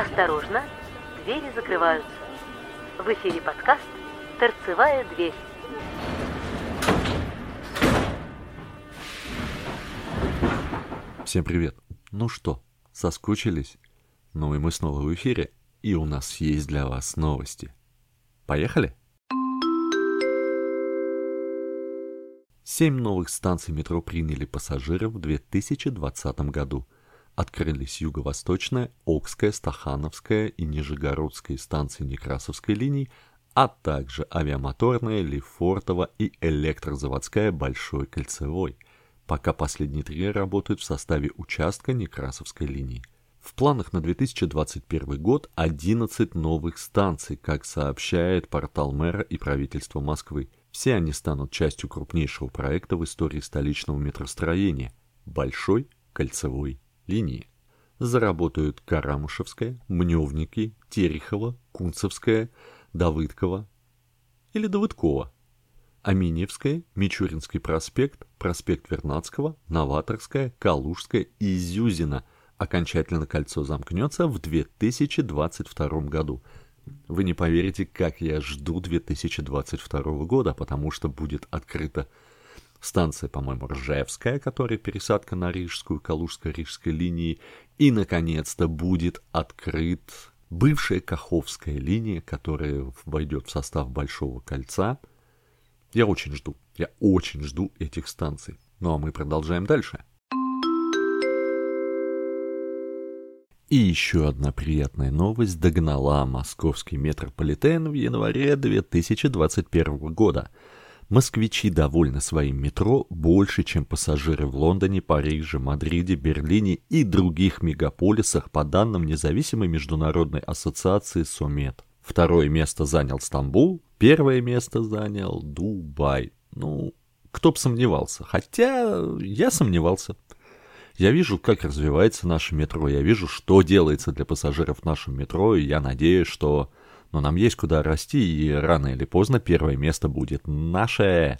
Осторожно, двери закрываются. В эфире подкаст «Торцевая дверь». Всем привет! Ну что, соскучились? Ну и мы снова в эфире, и у нас есть для вас новости. Поехали? 7 новых станций метро приняли пассажиров в 2020 году. Открылись Юго-Восточная, Окская, Стахановская и Нижегородская станции Некрасовской линий, а также авиамоторная, Лефортово и электрозаводская Большой Кольцевой. Пока последние 3 работают в составе участка Некрасовской линии. В планах на 2021 год 11 новых станций, как сообщает портал мэра и правительства Москвы. Все они станут частью крупнейшего проекта в истории столичного метростроения – Большой Кольцевой линии. Заработают Карамышевская, Мневники, Терехово, Кунцевская, Давыдково или Давыдково, Аминьевская, Мичуринский проспект, проспект Вернадского, Новаторская, Калужская и Зюзина. Окончательно кольцо замкнется в 2022 году. Вы не поверите, как я жду 2022 года, потому что будет открыта станция, по-моему, Ржевская, которая пересадка на Рижскую, Калужско-Рижской линии. И, наконец-то, будет открыт бывшая Каховская линия, которая войдет в состав Большого кольца. Я очень жду этих станций. Ну а мы продолжаем дальше. И еще одна приятная новость догнала московский метрополитен в январе 2021 года. Москвичи довольны своим метро больше, чем пассажиры в Лондоне, Париже, Мадриде, Берлине и других мегаполисах, по данным независимой международной ассоциации СОМЕТ. Второе место занял Стамбул, первое место занял Дубай. Ну, кто бы сомневался. Хотя я сомневался. Я вижу, как развивается наше метро, я вижу, что делается для пассажиров в нашем метро, и я надеюсь, что нам есть куда расти, и рано или поздно первое место будет наше.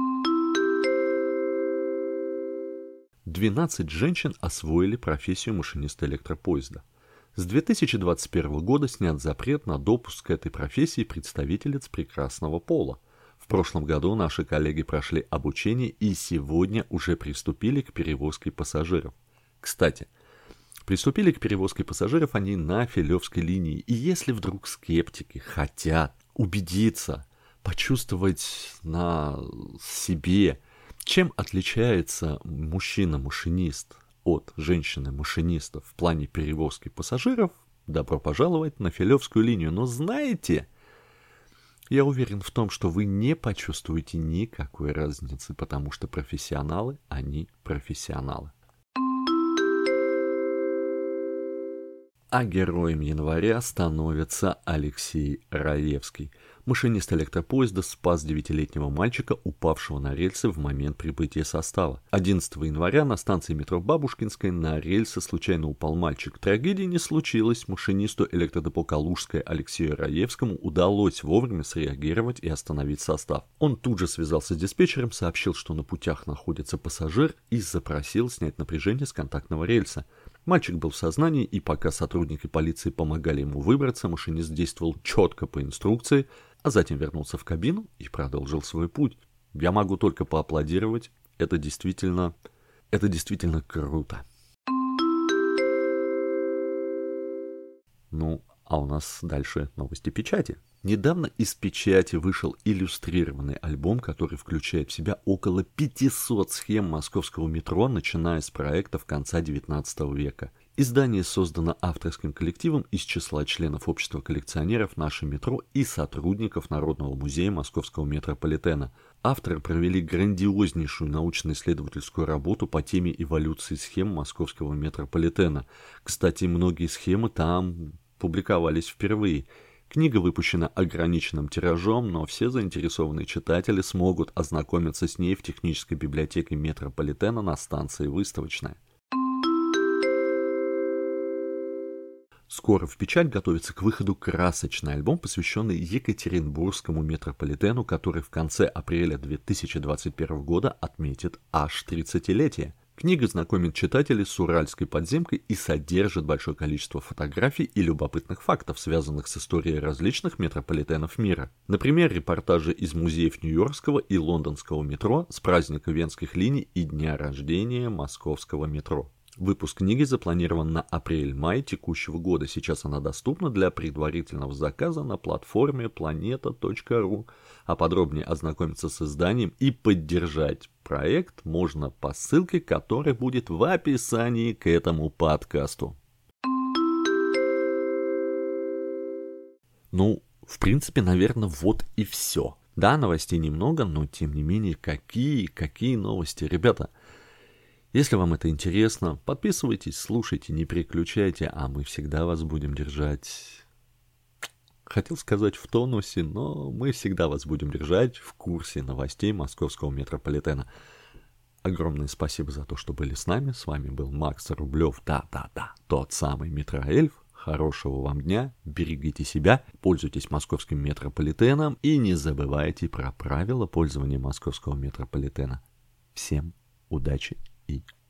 12 женщин освоили профессию машиниста электропоезда. С 2021 года снят запрет на допуск к этой профессии представительниц прекрасного пола. В прошлом году наши коллеги прошли обучение и сегодня уже приступили к перевозке пассажиров. Кстати, приступили к перевозке пассажиров они на Филевской линии. И если вдруг скептики хотят убедиться, почувствовать на себе, чем отличается мужчина-машинист от женщины-машиниста в плане перевозки пассажиров, добро пожаловать на Филевскую линию. Но знаете, я уверен в том, что вы не почувствуете никакой разницы, потому что профессионалы, они профессионалы. А героем января становится Алексей Раевский. Машинист электропоезда спас 9-летнего мальчика, упавшего на рельсы в момент прибытия состава. 11 января на станции метро Бабушкинской на рельсы случайно упал мальчик. Трагедии не случилось. Машинисту электродепо Калужское Алексею Раевскому удалось вовремя среагировать и остановить состав. Он тут же связался с диспетчером, сообщил, что на путях находится пассажир, и запросил снять напряжение с контактного рельса. Мальчик был в сознании, и пока сотрудники полиции помогали ему выбраться, машинист действовал четко по инструкции, а затем вернулся в кабину и продолжил свой путь. Я могу только поаплодировать. Это действительно круто. Ну, а у нас дальше новости печати. Недавно из печати вышел иллюстрированный альбом, который включает в себя около 500 схем московского метро, начиная с проектов конца XIX века. Издание создано авторским коллективом из числа членов общества коллекционеров «Наше метро» и сотрудников Народного музея московского метрополитена. Авторы провели грандиознейшую научно-исследовательскую работу по теме эволюции схем московского метрополитена. Кстати, многие схемы там публиковались впервые. Книга выпущена ограниченным тиражом, но все заинтересованные читатели смогут ознакомиться с ней в технической библиотеке метрополитена на станции Выставочная. Скоро в печать готовится к выходу красочный альбом, посвященный Екатеринбургскому метрополитену, который в конце апреля 2021 года отметит аж 30-летие. Книга знакомит читателей с уральской подземкой и содержит большое количество фотографий и любопытных фактов, связанных с историей различных метрополитенов мира. Например, репортажи из музеев Нью-Йоркского и лондонского метро с праздника Венских линий и дня рождения московского метро. Выпуск книги запланирован на апрель-май текущего года. Сейчас она доступна для предварительного заказа на платформе planeta.ru. А подробнее ознакомиться с изданием и поддержать проект можно по ссылке, которая будет в описании к этому подкасту. Ну, в принципе, наверное, вот и все. Да, новостей немного, но тем не менее, какие новости, ребята. Если вам это интересно, подписывайтесь, слушайте, не переключайте, а мы всегда вас будем держать... Хотел сказать в тонусе, но мы всегда вас будем держать в курсе новостей московского метрополитена. Огромное спасибо за то, что были с нами. С вами был Макс Рублев, да, тот самый метроэльф. Хорошего вам дня, берегите себя, пользуйтесь московским метрополитеном и не забывайте про правила пользования московского метрополитена. Всем удачи! И